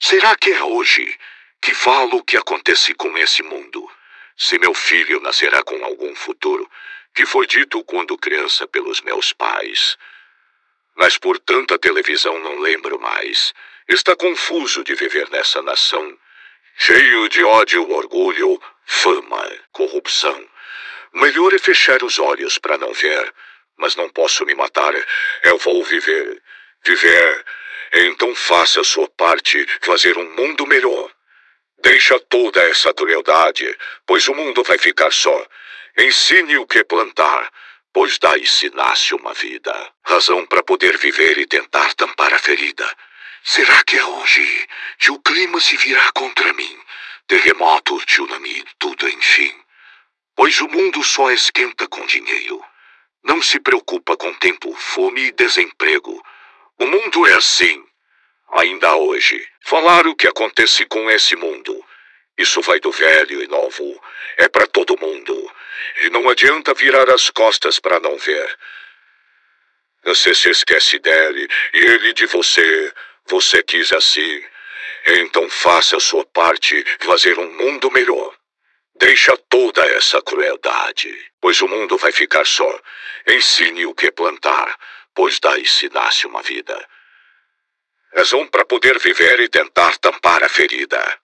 Será que é hoje que falo o que acontece com esse mundo? Se meu filho nascerá com algum futuro, que foi dito quando criança pelos meus pais. Mas por tanta televisão não lembro mais. Está confuso de viver nessa nação, cheio de ódio, orgulho, fama, corrupção. Melhor é fechar os olhos para não ver. Mas não posso me matar. Eu vou viver. Viver. Então faça a sua parte, fazer um mundo melhor. Deixa toda essa crueldade, pois o mundo vai ficar só. Ensine o que plantar, pois daí se nasce uma vida. Razão para poder viver e tentar tampar a ferida. Será que é hoje que o clima se virá contra mim? Terremoto, tsunami, tudo enfim. Pois o mundo só esquenta com dinheiro. Não se preocupa com tempo, fome e desemprego. O mundo é assim. Ainda hoje, falar o que acontece com esse mundo. Isso vai do velho e novo. É para todo mundo. E não adianta virar as costas para não ver. Você se esquece dele e ele de você. Você quis assim. Então faça a sua parte, fazer um mundo melhor. Deixa toda essa crueldade, pois o mundo vai ficar só. Ensine o que plantar, pois daí se nasce uma vida. Razão para poder viver e tentar tampar a ferida.